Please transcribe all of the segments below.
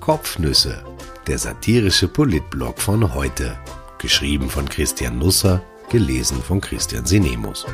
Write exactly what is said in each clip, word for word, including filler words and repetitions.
Kopfnüsse, der satirische Politblog von heute. Geschrieben von Christian Nusser, gelesen von Christian Sinemus.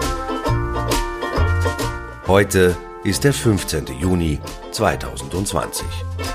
Heute ist der fünfzehnte Juni zweitausendzwanzig.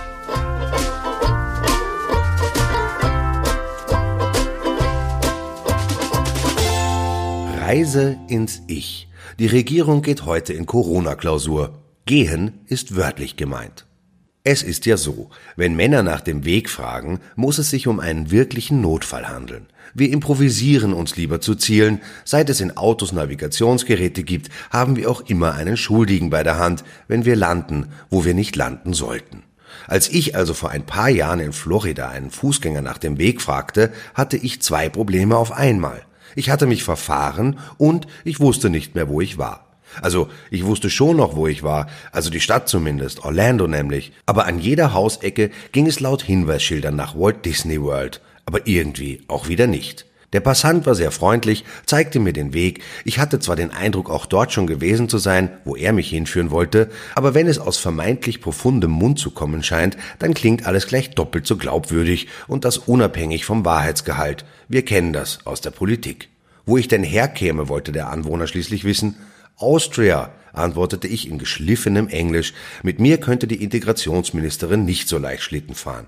Reise ins Ich. Die Regierung geht heute in Corona-Klausur. Gehen ist wörtlich gemeint. Es ist ja so, wenn Männer nach dem Weg fragen, muss es sich um einen wirklichen Notfall handeln. Wir improvisieren uns lieber zu Zielen. Seit es in Autos Navigationsgeräte gibt, haben wir auch immer einen Schuldigen bei der Hand, wenn wir landen, wo wir nicht landen sollten. Als ich also vor ein paar Jahren in Florida einen Fußgänger nach dem Weg fragte, hatte ich zwei Probleme auf einmal. Ich hatte mich verfahren und ich wusste nicht mehr, wo ich war. Also, ich wusste schon noch, wo ich war, also die Stadt zumindest, Orlando nämlich. Aber an jeder Hausecke ging es laut Hinweisschildern nach Walt Disney World, aber irgendwie auch wieder nicht. Der Passant war sehr freundlich, zeigte mir den Weg. Ich hatte zwar den Eindruck, auch dort schon gewesen zu sein, wo er mich hinführen wollte, aber wenn es aus vermeintlich profundem Mund zu kommen scheint, dann klingt alles gleich doppelt so glaubwürdig und das unabhängig vom Wahrheitsgehalt. Wir kennen das aus der Politik. Wo ich denn herkäme, wollte der Anwohner schließlich wissen. Austria, antwortete ich in geschliffenem Englisch. Mit mir könnte die Integrationsministerin nicht so leicht Schlitten fahren.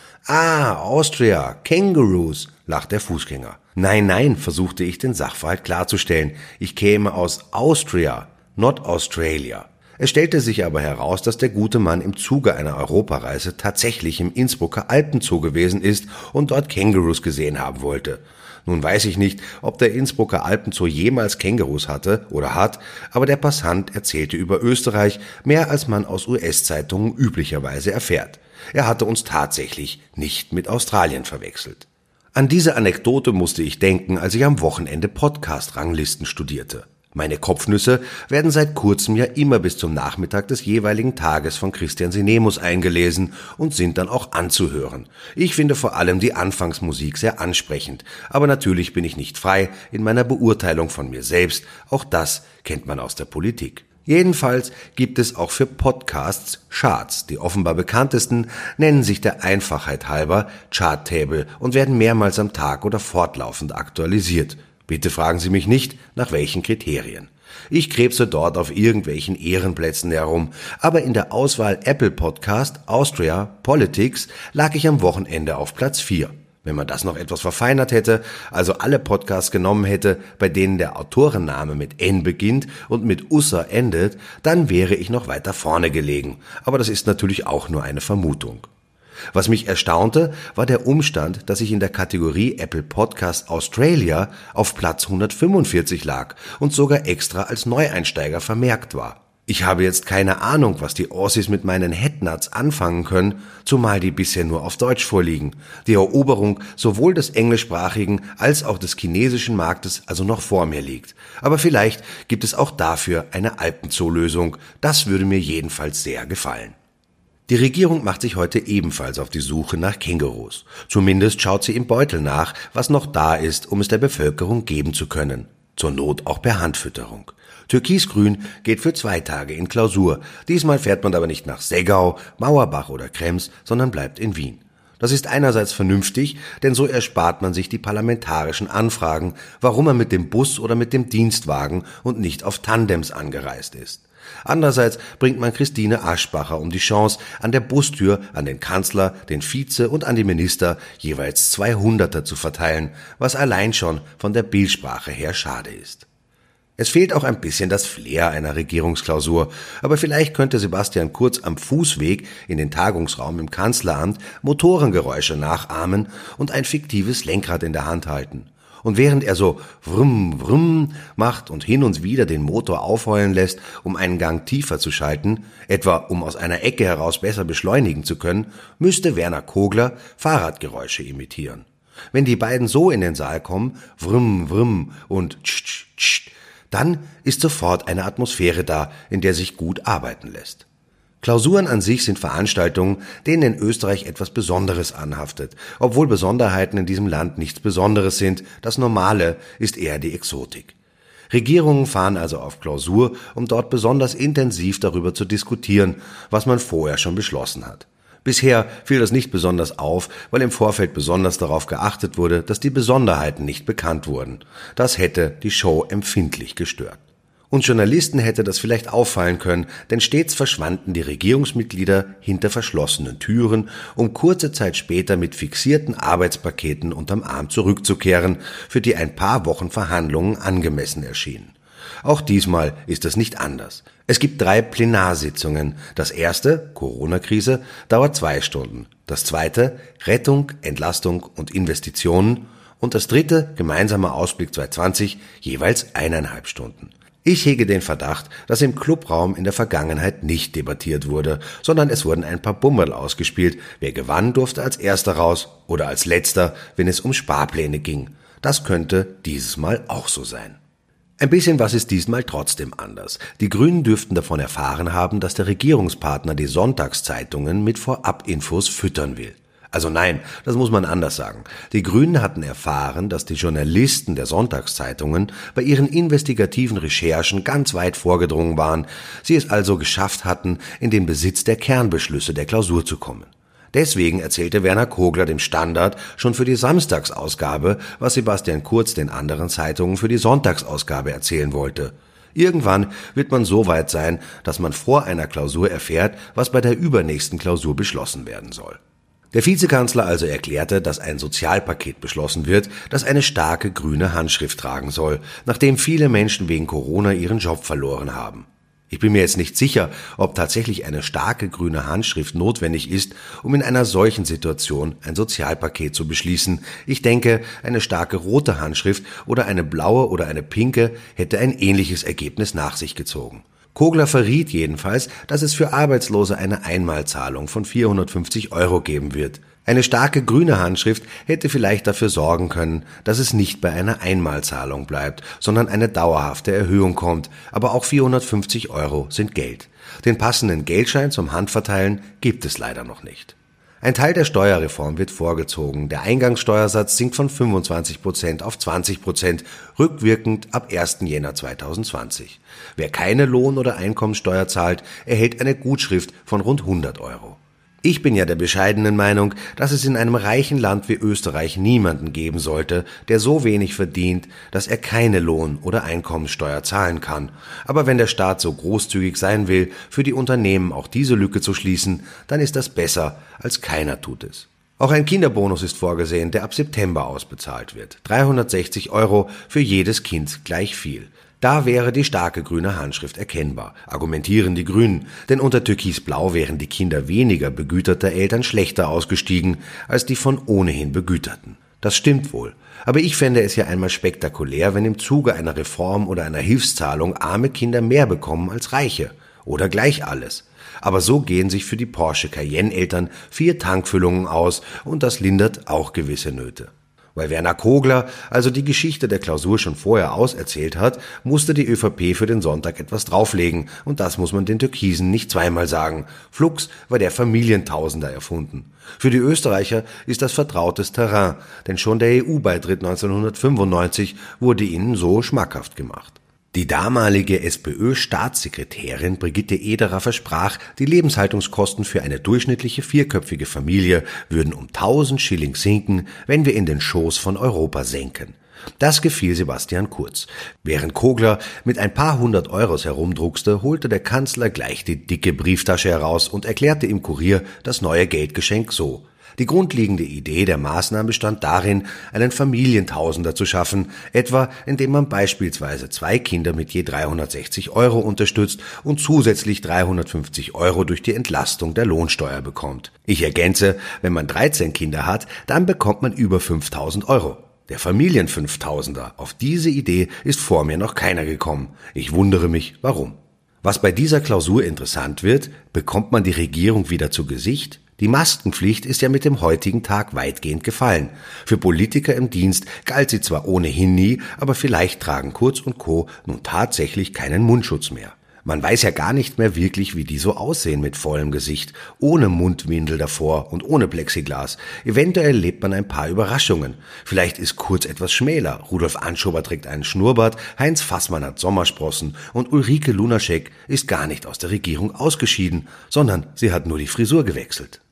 Ah, Austria, Kangaroos, lacht der Fußgänger. Nein, nein, versuchte ich den Sachverhalt klarzustellen. Ich käme aus Austria, not Australia. Es stellte sich aber heraus, dass der gute Mann im Zuge einer Europareise tatsächlich im Innsbrucker Alpenzoo gewesen ist und dort Kängurus gesehen haben wollte. Nun weiß ich nicht, ob der Innsbrucker Alpenzoo jemals Kängurus hatte oder hat, aber der Passant erzählte über Österreich mehr, als man aus U S-Zeitungen üblicherweise erfährt. Er hatte uns tatsächlich nicht mit Australien verwechselt. An diese Anekdote musste ich denken, als ich am Wochenende Podcast-Ranglisten studierte. Meine Kopfnüsse werden seit kurzem ja immer bis zum Nachmittag des jeweiligen Tages von Christian Sinemus eingelesen und sind dann auch anzuhören. Ich finde vor allem die Anfangsmusik sehr ansprechend, aber natürlich bin ich nicht frei in meiner Beurteilung von mir selbst, auch das kennt man aus der Politik. Jedenfalls gibt es auch für Podcasts Charts. Die offenbar bekanntesten nennen sich der Einfachheit halber Charttable und werden mehrmals am Tag oder fortlaufend aktualisiert. Bitte fragen Sie mich nicht, nach welchen Kriterien. Ich krebse dort auf irgendwelchen Ehrenplätzen herum, aber in der Auswahl Apple Podcast, Austria, Politics lag ich am Wochenende auf Platz vier. Wenn man das noch etwas verfeinert hätte, also alle Podcasts genommen hätte, bei denen der Autorenname mit N beginnt und mit Usser endet, dann wäre ich noch weiter vorne gelegen. Aber das ist natürlich auch nur eine Vermutung. Was mich erstaunte, war der Umstand, dass ich in der Kategorie Apple Podcast Australia auf Platz hundertfünfundvierzig lag und sogar extra als Neueinsteiger vermerkt war. Ich habe jetzt keine Ahnung, was die Aussies mit meinen Headnuts anfangen können, zumal die bisher nur auf Deutsch vorliegen. Die Eroberung sowohl des englischsprachigen als auch des chinesischen Marktes also noch vor mir liegt. Aber vielleicht gibt es auch dafür eine Alpenzoo-Lösung. Das würde mir jedenfalls sehr gefallen. Die Regierung macht sich heute ebenfalls auf die Suche nach Kängurus. Zumindest schaut sie im Beutel nach, was noch da ist, um es der Bevölkerung geben zu können. Zur Not auch per Handfütterung. Türkisgrün geht für zwei Tage in Klausur. Diesmal fährt man aber nicht nach Seggau, Mauerbach oder Krems, sondern bleibt in Wien. Das ist einerseits vernünftig, denn so erspart man sich die parlamentarischen Anfragen, warum man mit dem Bus oder mit dem Dienstwagen und nicht auf Tandems angereist ist. Andererseits bringt man Christine Aschbacher um die Chance, an der Bustür an den Kanzler, den Vize und an die Minister jeweils zweihunderter zu verteilen, was allein schon von der Bildsprache her schade ist. Es fehlt auch ein bisschen das Flair einer Regierungsklausur, aber vielleicht könnte Sebastian Kurz am Fußweg in den Tagungsraum im Kanzleramt Motorengeräusche nachahmen und ein fiktives Lenkrad in der Hand halten. Und während er so vrmm, vrmm macht und hin und wieder den Motor aufheulen lässt, um einen Gang tiefer zu schalten, etwa um aus einer Ecke heraus besser beschleunigen zu können, müsste Werner Kogler Fahrradgeräusche imitieren. Wenn die beiden so in den Saal kommen, vrmm, vrmm und tsch, tsch, tsch, dann ist sofort eine Atmosphäre da, in der sich gut arbeiten lässt. Klausuren an sich sind Veranstaltungen, denen in Österreich etwas Besonderes anhaftet, obwohl Besonderheiten in diesem Land nichts Besonderes sind, das Normale ist eher die Exotik. Regierungen fahren also auf Klausur, um dort besonders intensiv darüber zu diskutieren, was man vorher schon beschlossen hat. Bisher fiel das nicht besonders auf, weil im Vorfeld besonders darauf geachtet wurde, dass die Besonderheiten nicht bekannt wurden. Das hätte die Show empfindlich gestört. Uns Journalisten hätte das vielleicht auffallen können, denn stets verschwanden die Regierungsmitglieder hinter verschlossenen Türen, um kurze Zeit später mit fixierten Arbeitspaketen unterm Arm zurückzukehren, für die ein paar Wochen Verhandlungen angemessen erschienen. Auch diesmal ist es nicht anders. Es gibt drei Plenarsitzungen. Das erste, Corona-Krise, dauert zwei Stunden. Das zweite, Rettung, Entlastung und Investitionen. Und das dritte, gemeinsamer Ausblick zwanzig zwanzig, jeweils eineinhalb Stunden. Ich hege den Verdacht, dass im Clubraum in der Vergangenheit nicht debattiert wurde, sondern es wurden ein paar Bummerl ausgespielt. Wer gewann, durfte als Erster raus oder als Letzter, wenn es um Sparpläne ging. Das könnte dieses Mal auch so sein. Ein bisschen was ist diesmal trotzdem anders. Die Grünen dürften davon erfahren haben, dass der Regierungspartner die Sonntagszeitungen mit Vorabinfos füttern will. Also nein, das muss man anders sagen. Die Grünen hatten erfahren, dass die Journalisten der Sonntagszeitungen bei ihren investigativen Recherchen ganz weit vorgedrungen waren, sie es also geschafft hatten, in den Besitz der Kernbeschlüsse der Klausur zu kommen. Deswegen erzählte Werner Kogler dem Standard schon für die Samstagsausgabe, was Sebastian Kurz den anderen Zeitungen für die Sonntagsausgabe erzählen wollte. Irgendwann wird man so weit sein, dass man vor einer Klausur erfährt, was bei der übernächsten Klausur beschlossen werden soll. Der Vizekanzler also erklärte, dass ein Sozialpaket beschlossen wird, das eine starke grüne Handschrift tragen soll, nachdem viele Menschen wegen Corona ihren Job verloren haben. Ich bin mir jetzt nicht sicher, ob tatsächlich eine starke grüne Handschrift notwendig ist, um in einer solchen Situation ein Sozialpaket zu beschließen. Ich denke, eine starke rote Handschrift oder eine blaue oder eine pinke hätte ein ähnliches Ergebnis nach sich gezogen. Kogler verriet jedenfalls, dass es für Arbeitslose eine Einmalzahlung von vierhundertfünfzig Euro geben wird. Eine starke grüne Handschrift hätte vielleicht dafür sorgen können, dass es nicht bei einer Einmalzahlung bleibt, sondern eine dauerhafte Erhöhung kommt. Aber auch vierhundertfünfzig Euro sind Geld. Den passenden Geldschein zum Handverteilen gibt es leider noch nicht. Ein Teil der Steuerreform wird vorgezogen. Der Eingangssteuersatz sinkt von fünfundzwanzig Prozent auf zwanzig Prozent, rückwirkend ab ersten Jänner zweitausendzwanzig. Wer keine Lohn- oder Einkommensteuer zahlt, erhält eine Gutschrift von rund hundert Euro. Ich bin ja der bescheidenen Meinung, dass es in einem reichen Land wie Österreich niemanden geben sollte, der so wenig verdient, dass er keine Lohn- oder Einkommensteuer zahlen kann. Aber wenn der Staat so großzügig sein will, für die Unternehmen auch diese Lücke zu schließen, dann ist das besser, als keiner tut es. Auch ein Kinderbonus ist vorgesehen, der ab September ausbezahlt wird. dreihundertsechzig Euro für jedes Kind gleich viel. Da wäre die starke grüne Handschrift erkennbar, argumentieren die Grünen, denn unter Türkisblau wären die Kinder weniger begüterter Eltern schlechter ausgestiegen als die von ohnehin Begüterten. Das stimmt wohl, aber ich fände es ja einmal spektakulär, wenn im Zuge einer Reform oder einer Hilfszahlung arme Kinder mehr bekommen als Reiche oder gleich alles. Aber so gehen sich für die Porsche Cayenne-Eltern vier Tankfüllungen aus und das lindert auch gewisse Nöte. Weil Werner Kogler also die Geschichte der Klausur schon vorher auserzählt hat, musste die ÖVP für den Sonntag etwas drauflegen und das muss man den Türkisen nicht zweimal sagen. Flugs war der Familientausender erfunden. Für die Österreicher ist das vertrautes Terrain, denn schon der E U-Beitritt neunzehnhundertfünfundneunzig wurde ihnen so schmackhaft gemacht. Die damalige SPÖ-Staatssekretärin Brigitte Ederer versprach, die Lebenshaltungskosten für eine durchschnittliche vierköpfige Familie würden um tausend Schilling sinken, wenn wir in den Schoß von Europa senken. Das gefiel Sebastian Kurz. Während Kogler mit ein paar hundert Euros herumdruckste, holte der Kanzler gleich die dicke Brieftasche heraus und erklärte im Kurier das neue Geldgeschenk so. Die grundlegende Idee der Maßnahme bestand darin, einen Familientausender zu schaffen, etwa indem man beispielsweise zwei Kinder mit je dreihundertsechzig Euro unterstützt und zusätzlich dreihundertfünfzig Euro durch die Entlastung der Lohnsteuer bekommt. Ich ergänze, wenn man dreizehn Kinder hat, dann bekommt man über fünftausend Euro. Der Familienfünftausender, auf diese Idee ist vor mir noch keiner gekommen. Ich wundere mich, warum. Was bei dieser Klausur interessant wird, bekommt man die Regierung wieder zu Gesicht? Die Maskenpflicht ist ja mit dem heutigen Tag weitgehend gefallen. Für Politiker im Dienst galt sie zwar ohnehin nie, aber vielleicht tragen Kurz und Co. nun tatsächlich keinen Mundschutz mehr. Man weiß ja gar nicht mehr wirklich, wie die so aussehen mit vollem Gesicht, ohne Mundwindel davor und ohne Plexiglas. Eventuell lebt man ein paar Überraschungen. Vielleicht ist Kurz etwas schmäler, Rudolf Anschober trägt einen Schnurrbart, Heinz Fassmann hat Sommersprossen und Ulrike Lunaschek ist gar nicht aus der Regierung ausgeschieden, sondern sie hat nur die Frisur gewechselt.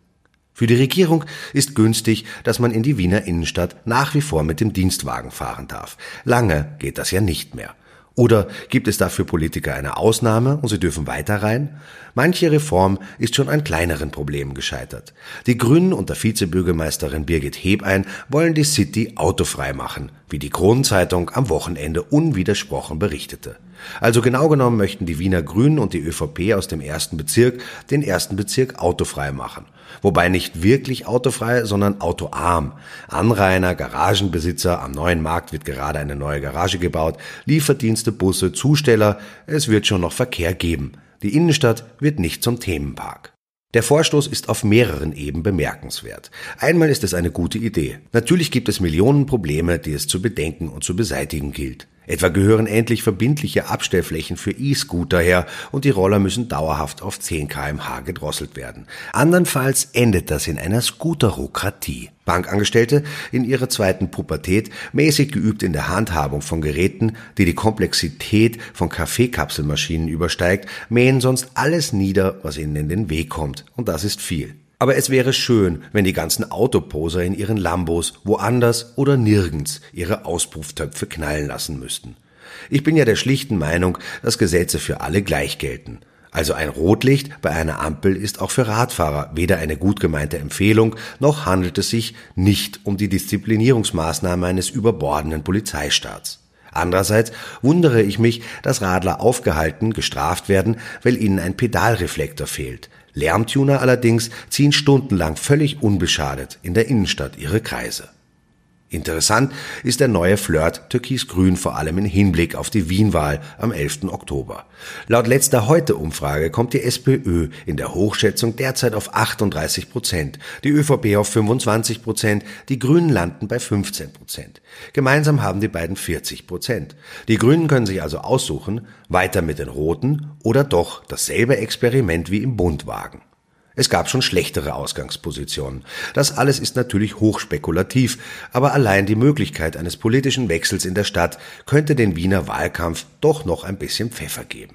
Für die Regierung ist günstig, dass man in die Wiener Innenstadt nach wie vor mit dem Dienstwagen fahren darf. Lange geht das ja nicht mehr. Oder gibt es da für Politiker eine Ausnahme und sie dürfen weiter rein? Manche Reform ist schon an kleineren Problemen gescheitert. Die Grünen unter Vizebürgermeisterin Birgit Hebein wollen die City autofrei machen, wie die Kronenzeitung am Wochenende unwidersprochen berichtete. Also genau genommen möchten die Wiener Grünen und die ÖVP aus dem ersten Bezirk den ersten Bezirk autofrei machen. Wobei nicht wirklich autofrei, sondern autoarm. Anrainer, Garagenbesitzer, am neuen Markt wird gerade eine neue Garage gebaut, Lieferdienste, Busse, Zusteller, es wird schon noch Verkehr geben. Die Innenstadt wird nicht zum Themenpark. Der Vorstoß ist auf mehreren Ebenen bemerkenswert. Einmal ist es eine gute Idee. Natürlich gibt es Millionen Probleme, die es zu bedenken und zu beseitigen gilt. Etwa gehören endlich verbindliche Abstellflächen für E-Scooter her und die Roller müssen dauerhaft auf zehn Kilometer pro Stunde gedrosselt werden. Andernfalls endet das in einer Scooterokratie. Bankangestellte in ihrer zweiten Pubertät, mäßig geübt in der Handhabung von Geräten, die die Komplexität von Kaffeekapselmaschinen übersteigt, mähen sonst alles nieder, was ihnen in den Weg kommt. Und das ist viel. Aber es wäre schön, wenn die ganzen Autoposer in ihren Lambos woanders oder nirgends ihre Auspufftöpfe knallen lassen müssten. Ich bin ja der schlichten Meinung, dass Gesetze für alle gleich gelten. Also ein Rotlicht bei einer Ampel ist auch für Radfahrer weder eine gut gemeinte Empfehlung, noch handelt es sich nicht um die Disziplinierungsmaßnahme eines überbordenden Polizeistaats. Andererseits wundere ich mich, dass Radler aufgehalten, gestraft werden, weil ihnen ein Pedalreflektor fehlt. Lärmtuner allerdings ziehen stundenlang völlig unbeschadet in der Innenstadt ihre Kreise. Interessant ist der neue Flirt Türkis-Grün vor allem im Hinblick auf die Wien-Wahl am elften Oktober. Laut letzter Heute-Umfrage kommt die SPÖ in der Hochschätzung derzeit auf achtunddreißig Prozent, die ÖVP auf fünfundzwanzig Prozent, die Grünen landen bei fünfzehn Prozent. Gemeinsam haben die beiden vierzig Prozent. Die Grünen können sich also aussuchen, weiter mit den Roten oder doch dasselbe Experiment wie im Bund wagen. Es gab schon schlechtere Ausgangspositionen. Das alles ist natürlich hochspekulativ, aber allein die Möglichkeit eines politischen Wechsels in der Stadt könnte den Wiener Wahlkampf doch noch ein bisschen Pfeffer geben.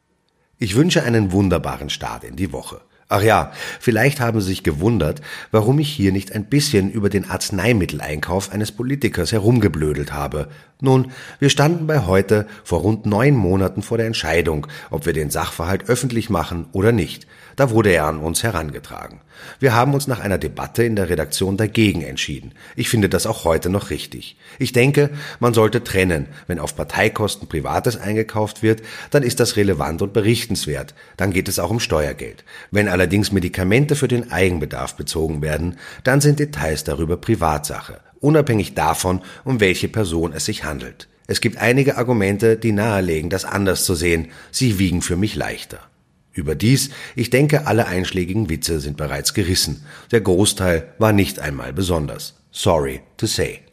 Ich wünsche einen wunderbaren Start in die Woche. Ach ja, vielleicht haben Sie sich gewundert, warum ich hier nicht ein bisschen über den Arzneimitteleinkauf eines Politikers herumgeblödelt habe. Nun, wir standen bei Heute vor rund neun Monaten vor der Entscheidung, ob wir den Sachverhalt öffentlich machen oder nicht. Da wurde er an uns herangetragen. Wir haben uns nach einer Debatte in der Redaktion dagegen entschieden. Ich finde das auch heute noch richtig. Ich denke, man sollte trennen. Wenn auf Parteikosten Privates eingekauft wird, dann ist das relevant und berichtenswert. Dann geht es auch um Steuergeld. Wenn allerdings Medikamente für den Eigenbedarf bezogen werden, dann sind Details darüber Privatsache, unabhängig davon, um welche Person es sich handelt. Es gibt einige Argumente, die nahelegen, das anders zu sehen. Sie wiegen für mich leichter. Überdies, ich denke, alle einschlägigen Witze sind bereits gerissen. Der Großteil war nicht einmal besonders. Sorry to say.